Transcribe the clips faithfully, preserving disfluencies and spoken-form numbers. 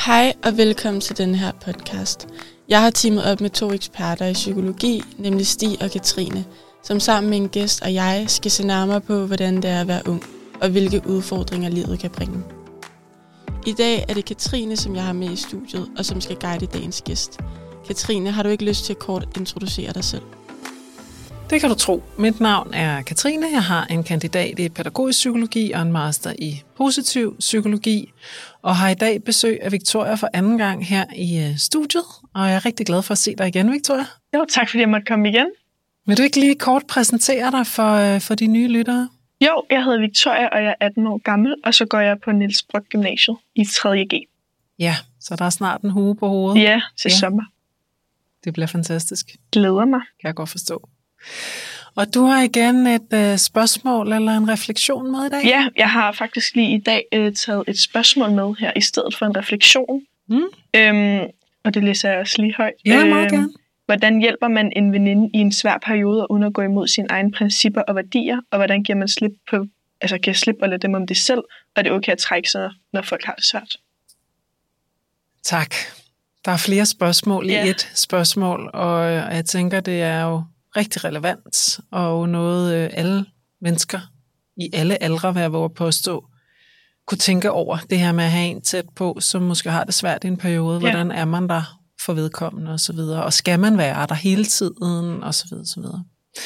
Hej og velkommen til denne her podcast. Jeg har teamet op med to eksperter i psykologi, nemlig Stig og Katrine, som sammen med en gæst og jeg skal se nærmere på, hvordan det er at være ung, og hvilke udfordringer livet kan bringe. I dag er det Katrine, som jeg har med i studiet, og som skal guide dagens gæst. Katrine, har du ikke lyst til at kort introducere dig selv? Det kan du tro. Mit navn er Katrine. Jeg har en kandidat i pædagogisk psykologi og en master i positiv psykologi, og har i dag besøg af Victoria for anden gang her i studiet, og jeg er rigtig glad for at se dig igen, Victoria. Jo, tak fordi jeg måtte komme igen. Vil du ikke lige kort præsentere dig for, for de nye lyttere? Jo, jeg hedder Victoria, og jeg er atten år gammel, og så går jeg på Niels Brock Gymnasiet i tredje G. Ja, så der er snart en hue på hovedet. Ja, til ja. sommer. Det bliver fantastisk. Glæder mig. Kan jeg godt forstå. Og du har igen et øh, spørgsmål eller en refleksion med i dag? Ja, jeg har faktisk lige i dag øh, taget et spørgsmål med her, i stedet for en refleksion. Mm. Øhm, og det læser jeg også lige højt. Ja, meget gerne. Hvordan hjælper man en veninde i en svær periode uden at gå imod sine egne principper og værdier? Og hvordan giver man slip på, altså kan slippe og lade dem om det selv? Og er det okay at trække sig, når folk har det svært? Tak. Der er flere spørgsmål ja. i et spørgsmål, og jeg tænker, det er jo rigtig relevant, og noget alle mennesker i alle aldre, hvad jeg våger påstå, kunne tænke over det her med at have en tæt på, som måske har det svært i en periode. Ja. Hvordan er man der for vedkommende og så videre, og skal man være der hele tiden og så videre, så videre.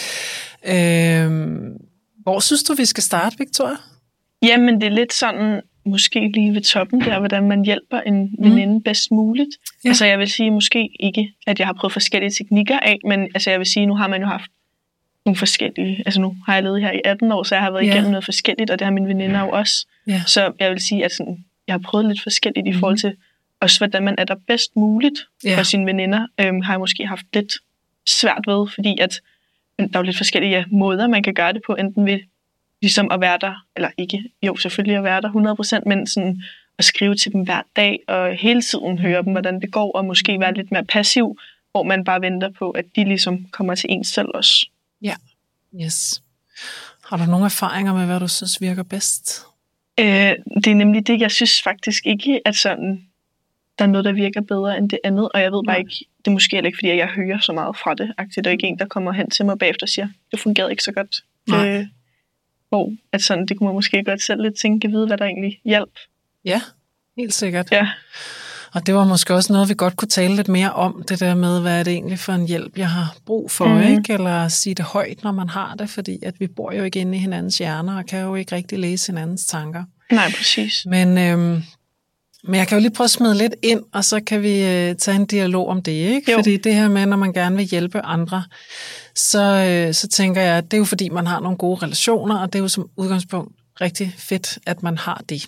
Øhm, hvor synes du, vi skal starte, Victoria? Jamen, det er lidt sådan, måske lige ved toppen der, hvordan man hjælper en veninde mm. bedst muligt. Ja. Altså jeg vil sige måske ikke, at jeg har prøvet forskellige teknikker af, men altså jeg vil sige, nu har man jo haft nogle forskellige, altså nu har jeg levet her i atten år, så jeg har været ja. igennem noget forskelligt, og det har mine veninder jo også. Ja. Så jeg vil sige, at sådan, jeg har prøvet lidt forskelligt mm. i forhold til også, hvordan man er der bedst muligt ja. for sine veninder, øhm, har jeg måske haft lidt svært ved, fordi at der er jo lidt forskellige ja, måder, man kan gøre det på, enten ved ligesom at være der, eller ikke, jo selvfølgelig at være der hundrede procent, men sådan at skrive til dem hver dag, og hele tiden høre dem, hvordan det går, og måske være lidt mere passiv, hvor man bare venter på, at de ligesom kommer til en selv også. Ja, yes. Har du nogle erfaringer med, hvad du synes virker bedst? Øh, det er nemlig det, jeg synes faktisk ikke, at sådan, der er noget, der virker bedre end det andet, og jeg ved bare ja. ikke, det er måske heller ikke, fordi jeg hører så meget fra det, aktivt, der er ikke en, der kommer hen til mig bagefter og siger, det fungerede ikke så godt. Øh, hvor at sådan, det kunne man måske godt selv lidt tænke, vide, hvad der egentlig hjalp. Ja, helt sikkert. Ja. Og det var måske også noget, vi godt kunne tale lidt mere om, det der med, hvad er det egentlig for en hjælp, jeg har brug for, mm. ikke? Eller sige det højt, når man har det, fordi at vi bor jo ikke inde i hinandens hjerner, og kan jo ikke rigtig læse hinandens tanker. Nej, præcis. Men, øhm, men jeg kan jo lige prøve at smide lidt ind, og så kan vi øh, tage en dialog om det, ikke? Jo. Fordi det her med, når man gerne vil hjælpe andre, så, øh, så tænker jeg, at det er jo fordi, man har nogle gode relationer, og det er jo som udgangspunkt rigtig fedt, at man har det.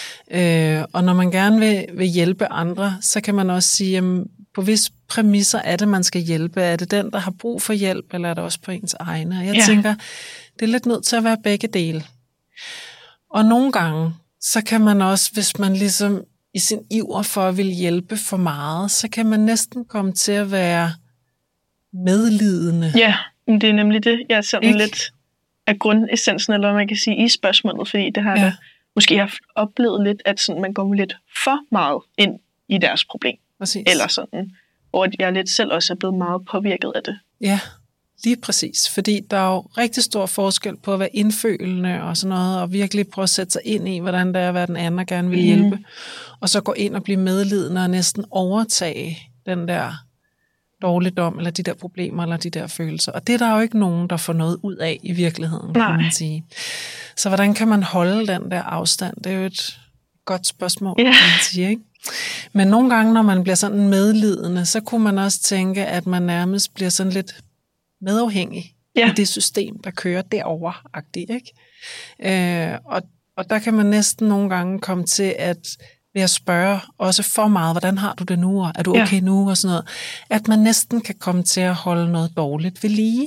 Øh, og når man gerne vil, vil hjælpe andre, så kan man også sige, jamen, på vis præmisser er det, man skal hjælpe. Er det den, der har brug for hjælp, eller er det også på ens egne? Og jeg ja. tænker, det er lidt nødt til at være begge dele. Og nogle gange, så kan man også, hvis man ligesom i sin iver for at ville hjælpe for meget, så kan man næsten komme til at være medlidende. Ja, det er nemlig det. Jeg er sådan ikke? lidt af grundessensen, eller hvad man kan sige, i spørgsmålet, fordi det har ja. der måske har oplevet lidt, at sådan, man går lidt for meget ind i deres problem. Præcis. Eller sådan, hvor jeg lidt selv også er blevet meget påvirket af det. Ja, lige præcis. Fordi der er jo rigtig stor forskel på at være indfølende og sådan noget, og virkelig prøve at sætte sig ind i, hvordan det er at være den anden, og gerne vil hjælpe. Mm. Og så gå ind og blive medlidende og næsten overtage den der dårligdom, eller de der problemer, eller de der følelser. Og det er der jo ikke nogen, der får noget ud af i virkeligheden, Nej. kan man sige. Så hvordan kan man holde den der afstand? Det er jo et godt spørgsmål, ja. kan man sige, ikke? Men nogle gange, når man bliver sådan medlidende, så kunne man også tænke, at man nærmest bliver sådan lidt medafhængig ja. i det system, der kører derovre-agtigt, ikke? Øh, og, og der kan man næsten nogle gange komme til at ved at spørge også for meget, hvordan har du det nu, og er du okay ja. nu, og sådan noget, at man næsten kan komme til at holde noget dårligt ved lige.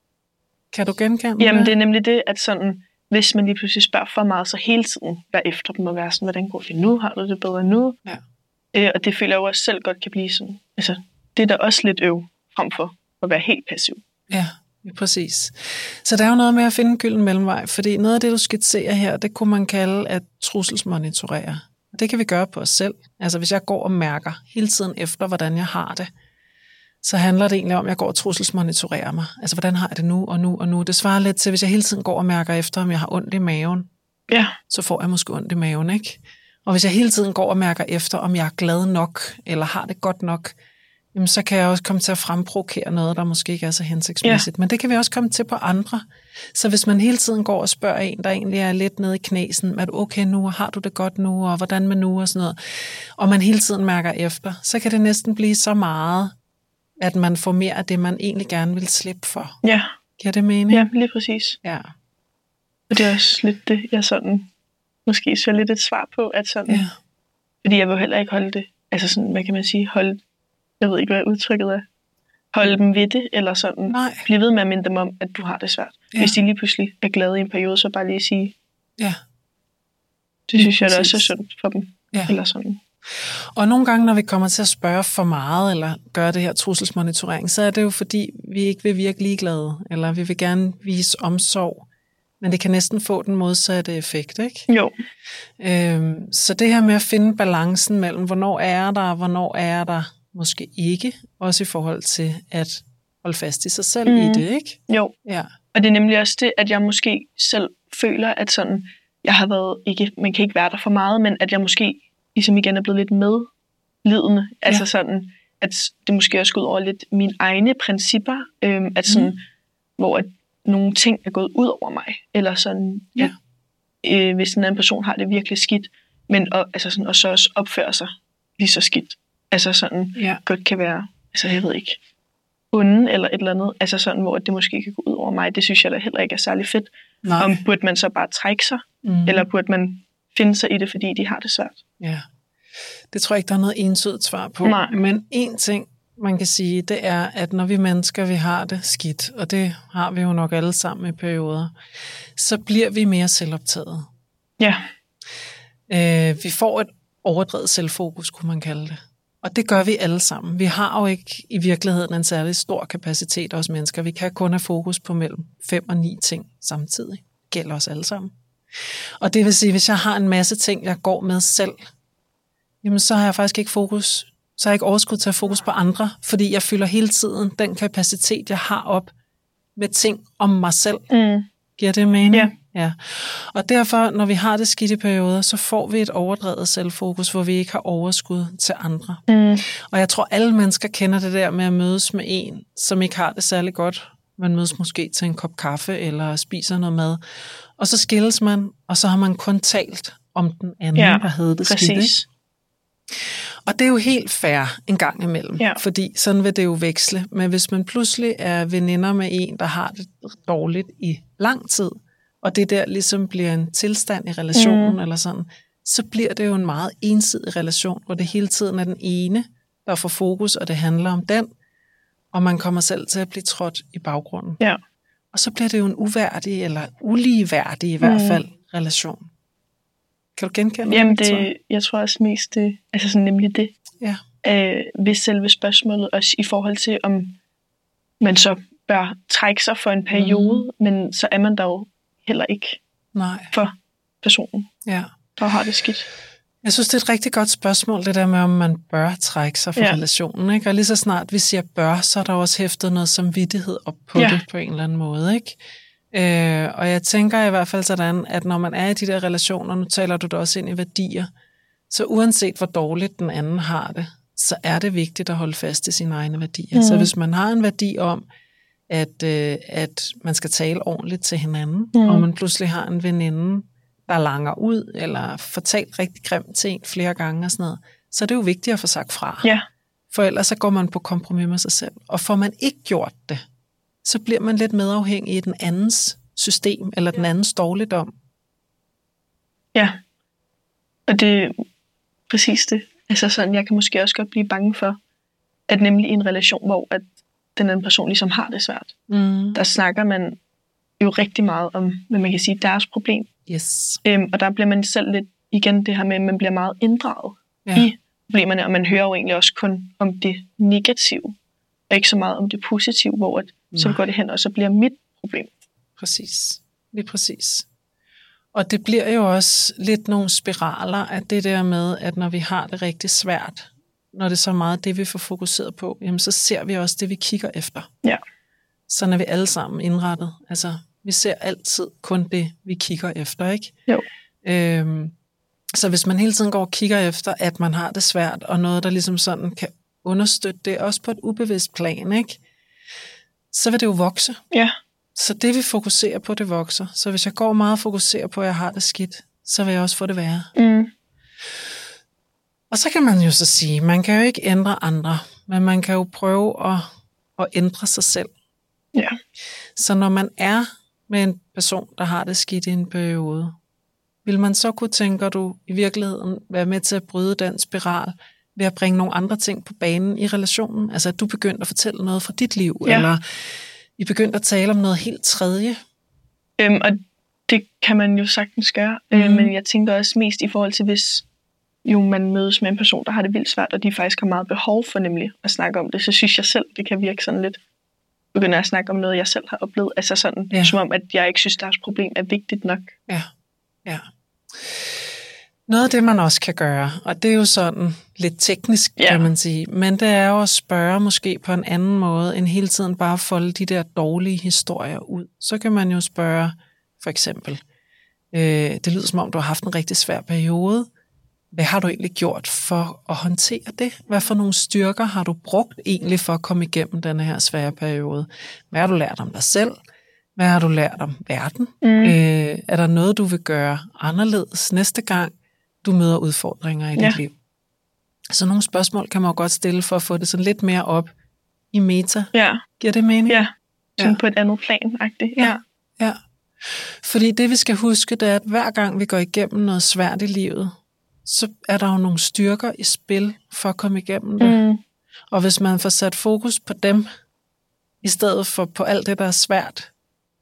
Kan du genkende Jamen, det er nemlig det, at sådan, hvis man lige pludselig spørger for meget, så hele tiden være efter dem og være sådan, hvordan går det nu, har du det bedre nu? Ja. Øh, og det føler jeg jo også selv godt kan blive sådan, altså, det er da også lidt øv, frem for at være helt passiv. Ja, ja, præcis. Så der er jo noget med at finde en gylden mellemvej, fordi noget af det, du skitserer her, det kunne man kalde at trusselsmonitorere. det kan vi gøre på os selv. Altså hvis jeg går og mærker hele tiden efter, hvordan jeg har det, så handler det egentlig om, at jeg går og trusselsmonitorerer mig. Altså hvordan har jeg det nu og nu og nu. Det svarer lidt til, hvis jeg hele tiden går og mærker efter, om jeg har ondt i maven, ja. så får jeg måske ondt i maven, ikke? Og hvis jeg hele tiden går og mærker efter, om jeg er glad nok, eller har det godt nok, jamen så kan jeg også komme til at fremprovokere noget, der måske ikke er så hensigtsmæssigt. Ja. Men det kan vi også komme til på andre. Så hvis man hele tiden går og spørger en, der egentlig er lidt nede i knæsen, er du okay nu, og har du det godt nu, og hvordan med nu, og sådan noget, og man hele tiden mærker efter, så kan det næsten blive så meget, at man får mere af det, man egentlig gerne vil slippe for. Ja. Giver det mening? Ja, lige præcis. Ja. Og det er også lidt det, jeg sådan, måske så lidt et svar på, at sådan, ja. Fordi jeg vil heller ikke holde det, altså sådan, hvad kan man sige, holde, jeg ved ikke, hvad udtrykket er, holde dem ved det, eller sådan, Nej. Blive ved med at minde dem om, at du har det svært. Ja. Hvis de lige pludselig er glade i en periode, så bare lige sige, ja. Det synes jeg, det også er sundt for dem, ja. Eller sådan. Og nogle gange, når vi kommer til at spørge for meget, eller gøre det her trusselsmonitorering, så er det jo fordi, vi ikke vil virke ligeglade, eller vi vil gerne vise omsorg, men det kan næsten få den modsatte effekt, ikke? Jo. Øhm, så det her med at finde balancen mellem, hvornår er der, og hvornår er der måske ikke, også i forhold til at holde fast i sig selv mm. i det, ikke? Jo. Ja. Og det er nemlig også det, at jeg måske selv føler, at sådan, jeg har været, ikke, man kan ikke være der for meget, men at jeg måske ligesom igen er blevet lidt medlidende. Ja. Altså sådan, at det måske også går ud over lidt mine egne principper, øhm, at sådan, mm. hvor at nogle ting er gået ud over mig, eller sådan, ja. at, øh, hvis en anden person har det virkelig skidt, men og, altså sådan, og så også opfører sig lige så skidt. Altså sådan, ja. godt kan være, altså jeg ved ikke, onde eller et eller andet, altså sådan, hvor det måske kan gå ud over mig, det synes jeg da heller ikke er særlig fedt. Nej. Om burde man så bare trække sig, mm. eller burde man finde sig i det, fordi de har det svært? Ja, det tror jeg ikke, der er noget entydigt svar på. Nej. Men en ting, man kan sige, det er, at når vi mennesker, vi har det skidt, og det har vi jo nok alle sammen i perioder, så bliver vi mere selvoptaget. Ja. Øh, vi får et overdrevet selvfokus, kunne man kalde det. Og det gør vi alle sammen. Vi har jo ikke i virkeligheden en særlig stor kapacitet, os mennesker. Vi kan kun have fokus på mellem fem og ni ting samtidig. Det gælder os alle sammen. Og det vil sige, hvis jeg har en masse ting, jeg går med selv, jamen så har jeg faktisk ikke fokus, så har jeg ikke overskud til at fokus på andre, fordi jeg fylder hele tiden den kapacitet, jeg har op med ting om mig selv. Mm. Giver det mening? Ja. Ja. Og derfor, når vi har det skidt i perioder, så får vi et overdrevet selvfokus, hvor vi ikke har overskud til andre. Mm. Og jeg tror, alle mennesker kender det der med at mødes med en, som ikke har det særlig godt. Man mødes måske til en kop kaffe, eller spiser noget mad. Og så skilles man, og så har man kun talt om den anden, ja, der havde det præcis. skidt. Og det er jo helt fair en gang imellem, ja. Fordi sådan vil det jo veksle. Men hvis man pludselig er veninder med en, der har det dårligt i lang tid, og det der ligesom bliver en tilstand i relationen, mm. eller sådan, så bliver det jo en meget ensidig relation, hvor det hele tiden er den ene, der får fokus, og det handler om den, og man kommer selv til at blive trådt i baggrunden. Ja. Og så bliver det jo en uværdig, eller uligeværdig i hvert fald, mm. relation. Kan du genkende Jamen, det? det, jeg tror også mest det, altså sådan nemlig det. Ja. Øh, ved selve spørgsmålet, også i forhold til, om man så bør trække sig for en periode, mm. men så er man der jo heller ikke Nej. For personen, ja. der har det skidt. Jeg synes, det er et rigtig godt spørgsmål, det der med, om man bør trække sig fra ja. Relationen. Ikke? Og lige så snart vi siger bør, så er der også hæftet noget samvittighed op på ja. Det på en eller anden måde. Ikke? Øh, og jeg tænker i hvert fald sådan, at når man er i de der relationer, nu taler du da også ind i værdier, så uanset hvor dårligt den anden har det, så er det vigtigt at holde fast i sine egne værdier. Mm. Så hvis man har en værdi om, at, øh, at man skal tale ordentligt til hinanden, mm. og man pludselig har en veninde, der langer ud, eller fortalt rigtig grimt til en flere gange og sådan noget, så er det jo vigtigt at få sagt fra. Ja. For ellers så går man på kompromis med sig selv. Og får man ikke gjort det, så bliver man lidt medafhængig i den andens system, eller den andens dårligdom. Ja, og det er præcis det. Altså sådan, jeg kan måske også godt blive bange for, at nemlig i en relation, hvor at den anden person ligesom har det svært, mm. der snakker man jo rigtig meget om, hvad man kan sige, deres problem. Yes. Øhm, og der bliver man selv lidt, igen det her med, at man bliver meget inddraget ja. I problemerne, og man hører jo egentlig også kun om det negative, og ikke så meget om det positive, hvor at, så går det hen, og så bliver mit problem. Præcis. Lige præcis. Og det bliver jo også lidt nogle spiraler af det der med, at når vi har det rigtig svært, når det er så meget det, vi får fokuseret på, jamen så ser vi også det, vi kigger efter. Ja. Sådan er vi alle sammen indrettet. Altså, vi ser altid kun det, vi kigger efter, ikke? Jo. Øhm, så hvis man hele tiden går og kigger efter, at man har det svært, og noget, der ligesom sådan kan understøtte det, også på et ubevidst plan, ikke? Så vil det jo vokse. Ja. Så det, vi fokuserer på, det vokser. Så hvis jeg går meget og fokuserer på, at jeg har det skidt, så vil jeg også få det værre. Mm. Og så kan man jo så sige, man kan jo ikke ændre andre, men man kan jo prøve at, at ændre sig selv. Ja. Så når man er med en person, der har det skidt i en periode, vil man så kunne, tænker du, i virkeligheden være med til at bryde den spiral ved at bringe nogle andre ting på banen i relationen? Altså at du begyndte at fortælle noget fra dit liv, ja. eller I begyndte at tale om noget helt tredje? Øhm, og det kan man jo sagtens gøre, mm. øh, men jeg tænker også mest i forhold til, hvis jo man mødes med en person, der har det vildt svært, og de faktisk har meget behov for nemlig at snakke om det, så synes jeg selv, det kan virke sådan lidt, begynder at snakke om noget, jeg selv har oplevet, altså sådan, ja. Som om, at jeg ikke synes, deres problem er vigtigt nok. Ja, ja. Noget af det, man også kan gøre, og det er jo sådan lidt teknisk, ja. Kan man sige, men det er jo at spørge måske på en anden måde, end hele tiden bare folde de der dårlige historier ud. Så kan man jo spørge, for eksempel, øh, det lyder som om, du har haft en rigtig svær periode. Hvad har du egentlig gjort for at håndtere det? Hvad for nogle styrker har du brugt egentlig for at komme igennem denne her svære periode? Hvad har du lært om dig selv? Hvad har du lært om verden? Mm. Øh, er der noget, du vil gøre anderledes næste gang, du møder udfordringer i dit ja. liv? Så nogle spørgsmål kan man jo godt stille for at få det sådan lidt mere op i meta. Ja. Giver det mening? Ja, sådan ja. På et andet plan-agtigt. Ja. ja, ja. Fordi det, vi skal huske, det er, at hver gang vi går igennem noget svært i livet, så er der jo nogle styrker i spil for at komme igennem det. Mm. Og hvis man får sat fokus på dem, i stedet for på alt det, der er svært,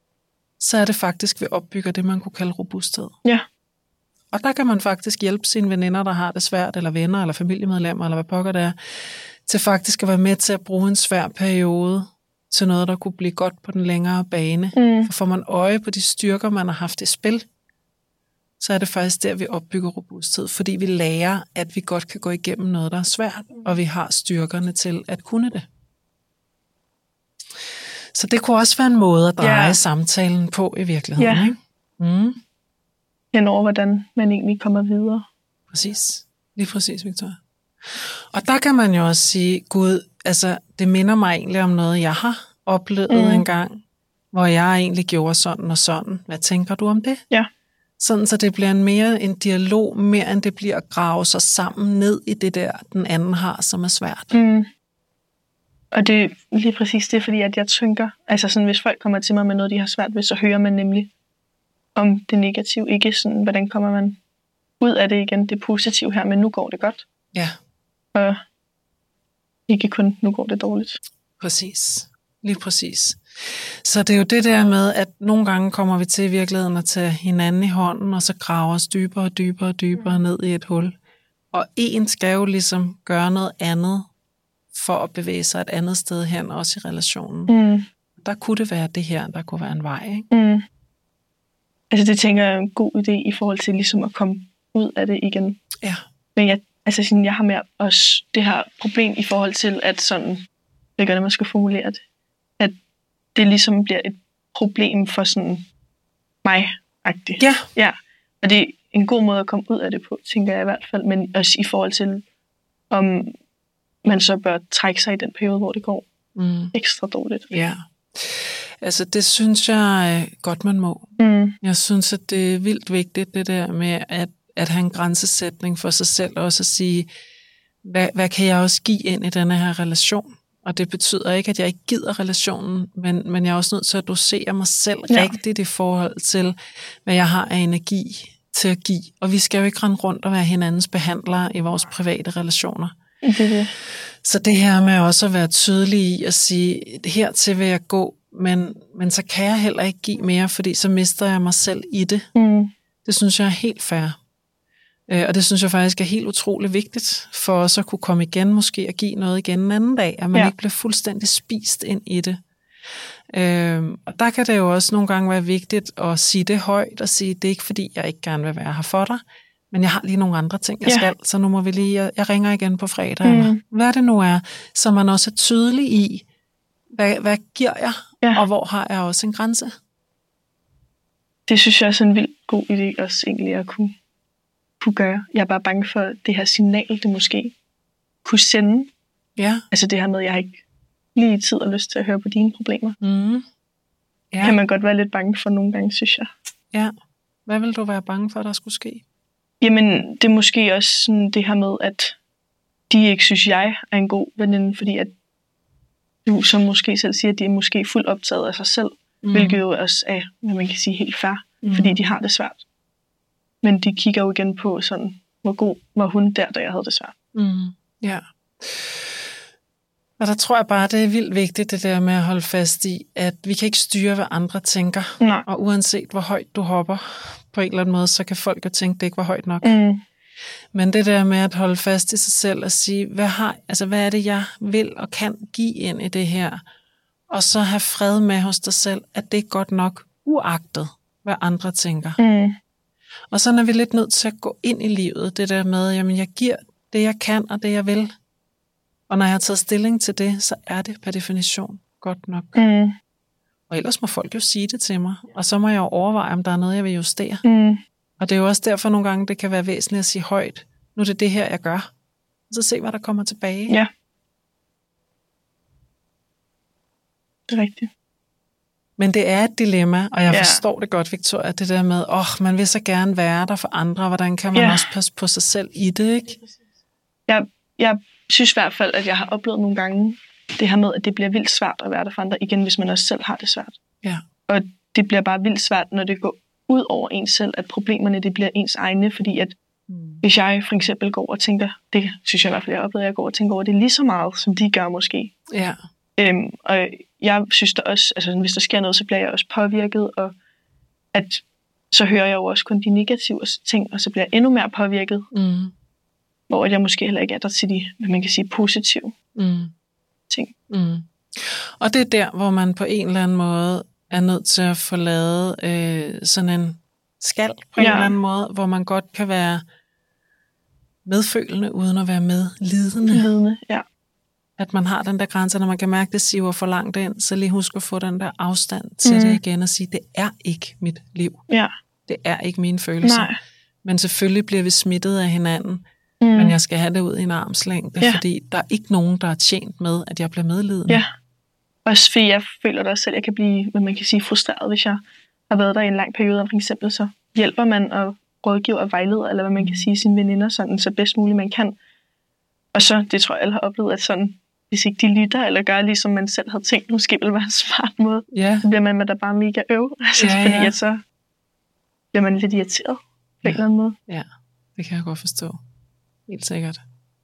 så er det faktisk, vi opbygger det, man kunne kalde robusthed. Ja. Og der kan man faktisk hjælpe sine veninder, der har det svært, eller venner, eller familiemedlemmer, eller hvad pokker det er, til faktisk at være med til at bruge en svær periode til noget, der kunne blive godt på den længere bane. Mm. For får man øje på de styrker, man har haft i spil, så er det faktisk der, vi opbygger robusthed, fordi vi lærer, at vi godt kan gå igennem noget, der er svært, og vi har styrkerne til at kunne det. Så det kunne også være en måde at dreje ja. samtalen på i virkeligheden. Ja. Ikke? Mm. Hen over, hvordan man egentlig kommer videre. Præcis. Lige præcis, Victoria. Og der kan man jo også sige, Gud, altså, det minder mig egentlig om noget, jeg har oplevet mm. en gang, hvor jeg egentlig gjorde sådan og sådan. Hvad tænker du om det? Ja. Sådan, så det bliver en mere en dialog, mere end det bliver at grave sig sammen ned i det der, den anden har, som er svært. Mm. Og det er lige præcis det, fordi at jeg tænker, altså sådan, hvis folk kommer til mig med noget, de har svært ved, så hører man nemlig om det negative. Ikke sådan, hvordan kommer man ud af det igen, det positive her, men nu går det godt. Ja. Og ikke kun, nu går det dårligt. Præcis. Lige præcis. Så det er jo det der med, at nogle gange kommer vi til i virkeligheden at tage hinanden i hånden, og så grave os dybere og dybere og dybere ned i et hul. Og en skal jo ligesom gøre noget andet, for at bevæge sig et andet sted hen, også i relationen. Mm. Der kunne det være det her, der kunne være en vej, ikke? Mm. Altså det tænker jeg er en god idé i forhold til ligesom at komme ud af det igen. Ja. Men jeg, altså sådan, jeg har mere også det her problem i forhold til, at sådan, det gør, når man skal formulere det, at det ligesom bliver et problem for sådan mig-agtigt. Ja. Ja. Og det er en god måde at komme ud af det på, tænker jeg i hvert fald, men også i forhold til, om man så bør trække sig i den periode, hvor det går mm. ekstra dårligt. Ja. Altså det synes jeg godt, man må. Mm. Jeg synes, at det er vildt vigtigt, det der med at, at have en grænsesætning for sig selv, og også at sige, hvad, hvad kan jeg også give ind i denne her relation? Og det betyder ikke, at jeg ikke gider relationen, men, men jeg er også nødt til at dosere mig selv ja. rigtigt i forhold til, hvad jeg har af energi til at give. Og vi skal jo ikke rende rundt og være hinandens behandlere i vores private relationer. Det er det. Så det her med også at være tydelig i at sige, hertil vil jeg gå, men, men så kan jeg heller ikke give mere, fordi så mister jeg mig selv i det. Mm. Det synes jeg er helt fair. Og det synes jeg faktisk er helt utroligt vigtigt, for os at kunne komme igen måske og give noget igen en anden dag, at man ja. ikke bliver fuldstændig spist ind i det. Øhm, og der kan det jo også nogle gange være vigtigt at sige det højt, og sige, det er ikke fordi, jeg ikke gerne vil være her for dig, men jeg har lige nogle andre ting, jeg skal, ja. Så nu må vi lige, jeg, jeg ringer igen på fredag, mm. eller hvad det nu er, så man også er tydelig i, hvad, hvad giver jeg, ja. Og hvor har jeg også en grænse. Det synes jeg er sådan en vild god idé også egentlig at kunne, kunne gøre. Jeg er bare bange for det her signal, det måske kunne sende. Ja. Altså det her med, at jeg har ikke lige tid og lyst til at høre på dine problemer. Mm. Ja. Kan man godt være lidt bange for nogle gange, synes jeg. Ja. Hvad vil du være bange for, der skulle ske? Jamen, det er måske også sådan det her med, at de ikke synes, jeg er en god veninde, fordi at du, som måske selv siger, at de er måske fuldt optaget af sig selv, mm. hvilket jo også er, hvad man kan sige, helt fair, mm. fordi de har det svært. Men de kigger jo igen på sådan, hvor god var hun der, da jeg havde det svært. Mm. Ja. Og der tror jeg bare, det er vildt vigtigt, det der med at holde fast i, at vi kan ikke styre, hvad andre tænker. Nej. Og uanset hvor højt du hopper på en eller anden måde, så kan folk jo tænke, det ikke var højt nok. Mm. Men det der med at holde fast i sig selv og sige, hvad, har, altså, hvad er det, jeg vil og kan give ind i det her? Og så have fred med hos dig selv, at det er godt nok uagtet, hvad andre tænker. Mm. Og så er vi lidt nødt til at gå ind i livet, det der med, jamen jeg giver det, jeg kan og det, jeg vil. Og når jeg har taget stilling til det, så er det per definition godt nok. Mm. Og ellers må folk jo sige det til mig. Og så må jeg jo overveje, om der er noget, jeg vil justere. Mm. Og det er jo også derfor nogle gange, det kan være væsentligt at sige højt, nu er det det her, jeg gør. Og så se, hvad der kommer tilbage. Ja. Det er rigtigt. Men det er et dilemma, og jeg ja. forstår det godt, Victoria, det der med, åh, oh, man vil så gerne være der for andre, hvordan kan man ja. også passe på sig selv i det, ikke? Jeg, jeg synes i hvert fald, at jeg har oplevet nogle gange det her med, at det bliver vildt svært at være der for andre, igen, hvis man også selv har det svært. Ja. Og det bliver bare vildt svært, når det går ud over en selv, at problemerne, det bliver ens egne, fordi at mm. hvis jeg for eksempel går og tænker, det synes jeg i hvert fald, jeg oplever, at jeg går og tænker over det lige så meget, som de gør måske. Ja. Øhm, og jeg synes der også, altså hvis der sker noget, så bliver jeg også påvirket, og at så hører jeg jo også kun de negative ting, og så bliver jeg endnu mere påvirket, mm. hvor jeg måske heller ikke er der til de, hvad man kan sige, positive mm. ting. Mm. Og det er der, hvor man på en eller anden måde er nødt til at få lavet øh, sådan en skal på en ja. eller anden måde, hvor man godt kan være medfølende, uden at være medlidende. Lidende, ja. At man har den der grænse, når man kan mærke, det siver for langt ind, så lige husk at få den der afstand til mm. det igen, og sige, det er ikke mit liv. Ja. Det er ikke mine følelser. Nej. Men selvfølgelig bliver vi smittet af hinanden, mm. men jeg skal have det ud i en armslængde, ja. fordi der er ikke nogen, der er tjent med, at jeg bliver medlidende. Ja. Også fordi jeg føler da også selv, at jeg kan blive, hvad man kan sige, frustreret, hvis jeg har været der i en lang periode, for eksempel, så hjælper man og rådgiver og vejleder, eller hvad man kan sige, sine veninder, sådan, så bedst muligt man kan. Og så, det tror jeg alle har oplevet, at sådan, hvis ikke de lytter, eller gør ligesom man selv havde tænkt, måske ville være en smart måde, ja. så bliver man med der bare mega øv. Altså, ja, ja. Fordi at så bliver man lidt irriteret på ja. en eller anden måde. Ja, det kan jeg godt forstå. Helt sikkert.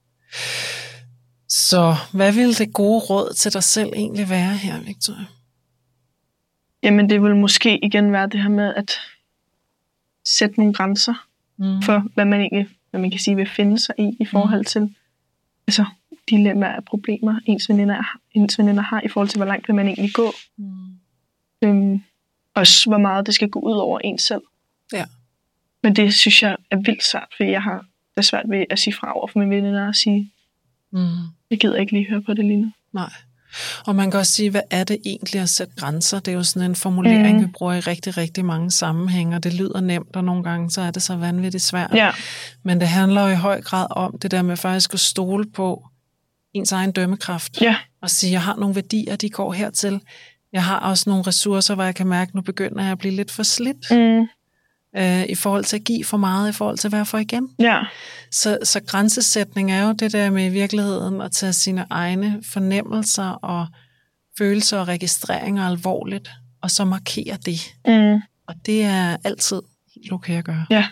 Så hvad ville det gode råd til dig selv egentlig være her, Victoria? Jamen, det vil måske igen være det her med at sætte nogle grænser mm. for, hvad man egentlig, hvad man kan sige, vil finde sig i, i forhold til mm. altså, dilemmaer af problemer, ens veninder, ens veninder har, i forhold til, hvor langt vil man egentlig gå. Mm. Øhm, også, hvor meget det skal gå ud over ens selv. Ja. Men det synes jeg er vildt svært, fordi jeg har det svært ved at sige fra over for mine veninder og sige, mm. jeg gider ikke lige høre på det lige nu. Nej. Og man kan også sige, hvad er det egentlig at sætte grænser? Det er jo sådan en formulering, mm. vi bruger i rigtig, rigtig mange sammenhænge, og det lyder nemt, og nogle gange så er det så vanvittigt svært. Ja. Men det handler jo i høj grad om det der med faktisk at stole på ens egen dømmekraft. Ja. Og sige, jeg har nogle værdier, de går hertil. Jeg har også nogle ressourcer, hvor jeg kan mærke, nu begynder jeg at blive lidt for slidt. Mm. Øh, i forhold til at give for meget, i forhold til at være for igen. Ja. Så, så grænsesætning er jo det der med i virkeligheden at tage sine egne fornemmelser og følelser og registreringer alvorligt, og så markere det. Mm. Og det er altid helt okay at gøre. Ja.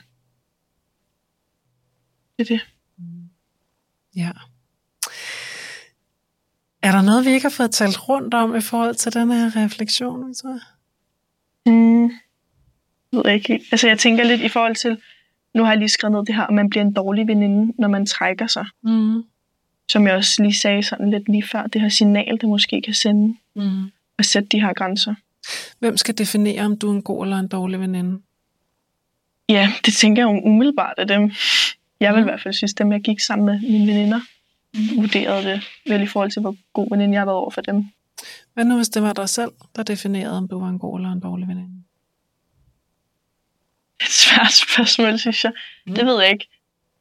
Det er det. Ja. Er der noget, vi ikke har fået talt rundt om i forhold til den her refleksion, tror jeg? Mm. Jeg ved ikke helt. Altså jeg tænker lidt i forhold til, nu har jeg lige skrevet ned det her, om man bliver en dårlig veninde, når man trækker sig. Mm. Som jeg også lige sagde sådan lidt lige før, det her signal, det måske kan sende. Mm. at sætte de her grænser. Hvem skal definere, om du er en god eller en dårlig veninde? Ja, det tænker jeg jo umiddelbart af dem. Jeg vil i hvert fald synes, dem jeg gik sammen med mine veninder, vurderede det vel i forhold til, hvor god veninde jeg har været over for dem. Hvad nu, hvis det var dig selv, der definerede, om du var en god eller en dårlig veninde? Et svært spørgsmål, synes jeg. Mm. Det ved jeg ikke.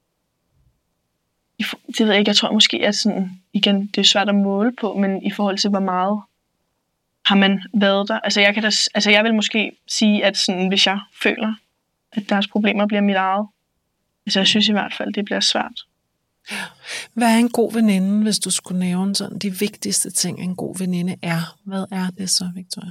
Det ved jeg ikke. Jeg tror måske, at sådan, igen, det er svært at måle på, men i forhold til, hvor meget har man været der. Altså jeg, kan da, altså jeg vil måske sige, at sådan, hvis jeg føler, at deres problemer bliver mit eget, altså jeg synes i hvert fald, det bliver svært. Hvad er en god veninde, hvis du skulle nævne sådan de vigtigste ting, en god veninde er? Hvad er det så, Victoria?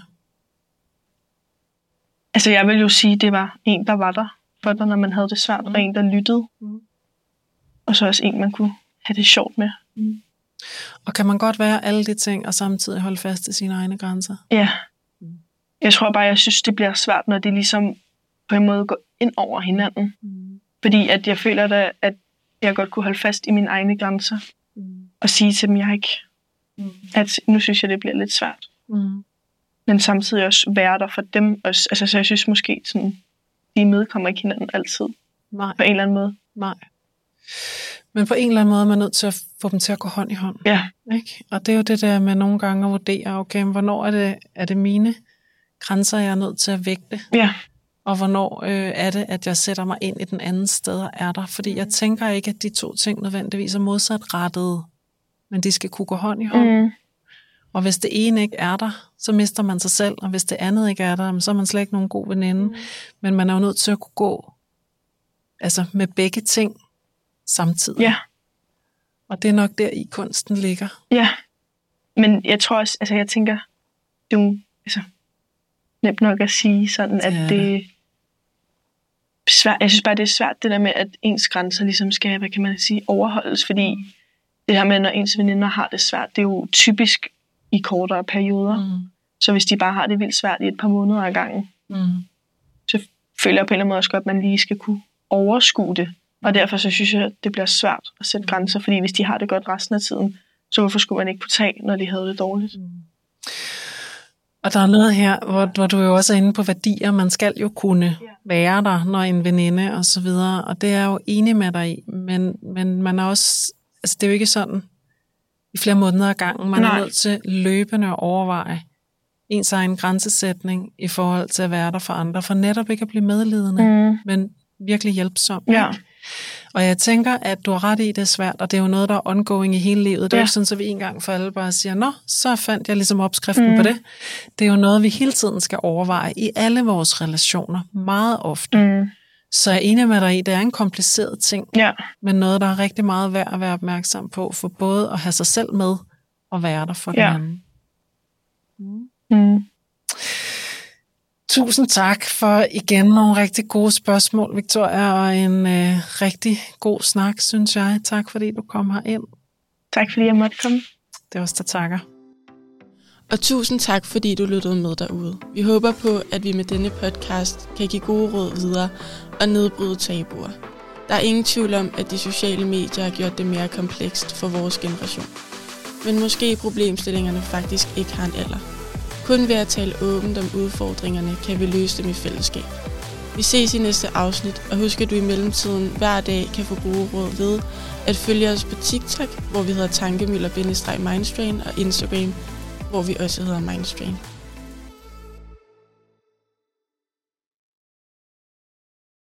Altså jeg vil jo sige, det var en, der var der for dig, når man havde det svært, mm. og en, der lyttede. Mm. Og så også en, man kunne have det sjovt med. Mm. Og kan man godt være alle de ting, og samtidig holde fast i sine egne grænser? Ja. Mm. Jeg tror bare, jeg synes, det bliver svært, når det ligesom på en måde går ind over hinanden. Mm. Fordi at jeg føler da, at jeg godt kunne holde fast i mine egne grænser. Mm. Og sige til dem, jeg ikke, mm. at nu synes jeg, det bliver lidt svært. Mm. Men samtidig også være der for dem også. Altså, så jeg synes måske, sådan, de imødekommer ikke hinanden altid. Nej. På en eller anden måde. Nej. Men på en eller anden måde er man nødt til at få dem til at gå hånd i hånd. Ja. Ikke? Og det er jo det der med nogle gange at vurdere, okay, hvornår er det, er det mine grænser, jeg er nødt til at vægte? Ja. Og hvornår øh, er det, at jeg sætter mig ind i den anden sted og er der? Fordi jeg tænker ikke, at de to ting nødvendigvis er modsatrettede, men de skal kunne gå hånd i hånd. Mm. Og hvis det ene ikke er der, så mister man sig selv, og hvis det andet ikke er der, så er man slet ikke nogen god veninde. Mm. Men man er jo nødt til at kunne gå altså med begge ting samtidig. Ja. Og det er nok der i kunsten ligger. Ja, men jeg tror også, altså jeg tænker, det er jo altså, nemt nok at sige sådan, at ja. det svært, jeg synes bare, det er svært det der med, at ens grænser ligesom skal, hvad kan man sige, overholdes, fordi mm. det her med, når ens veninder har det svært, det er jo typisk i kortere perioder. Mm. Så hvis de bare har det vildt svært i et par måneder ad gangen, mm. så føler jeg på en eller anden måde også godt, at man lige skal kunne overskue det. Og derfor så synes jeg, at det bliver svært at sætte grænser, fordi hvis de har det godt resten af tiden, så hvorfor skulle man ikke kunne tage, når de havde det dårligt? Mm. Og der er noget her, hvor, hvor du jo også er inde på værdier. Man skal jo kunne yeah. være der, når en veninde og så videre. Og det er jeg jo enig med dig i. Men, men man er også, altså det er jo ikke sådan i flere måneder ad gangen. Man Nej. er nødt til løbende at overveje ens egen grænsesætning i forhold til at være der for andre. For netop ikke at blive medlidende, mm. men virkelig hjælpsom. Ja. Og jeg tænker, at du har ret i, det er svært, og det er jo noget, der er ongoing i hele livet. Det er ja. jo sådan, så vi en gang for alle bare siger, nå, så fandt jeg ligesom opskriften mm. på det. Det er jo noget, vi hele tiden skal overveje i alle vores relationer, meget ofte. Mm. Så jeg er enig med dig i, det er en kompliceret ting, ja. men noget, der er rigtig meget værd at være opmærksom på, for både at have sig selv med og være der for ja. den anden. Mm. Mm. Tusind tak for igen nogle rigtig gode spørgsmål, Victoria, og en øh, rigtig god snak, synes jeg. Tak fordi du kom herind. Tak fordi jeg måtte komme. Det er også der takker. Og tusind tak fordi du lyttede med derude. Vi håber på, at vi med denne podcast kan give gode råd videre og nedbryde tabuer. Der er ingen tvivl om, at de sociale medier har gjort det mere komplekst for vores generation. Men måske problemstillingerne faktisk ikke har en alder. Kun ved at tale åbent om udfordringerne, kan vi løse dem i fællesskab. Vi ses i næste afsnit, og husk at du i mellemtiden hver dag kan få gode råd ved at følge os på TikTok, hvor vi hedder tankemøller bindestreg mindstrain, og Instagram, hvor vi også hedder mindstrain.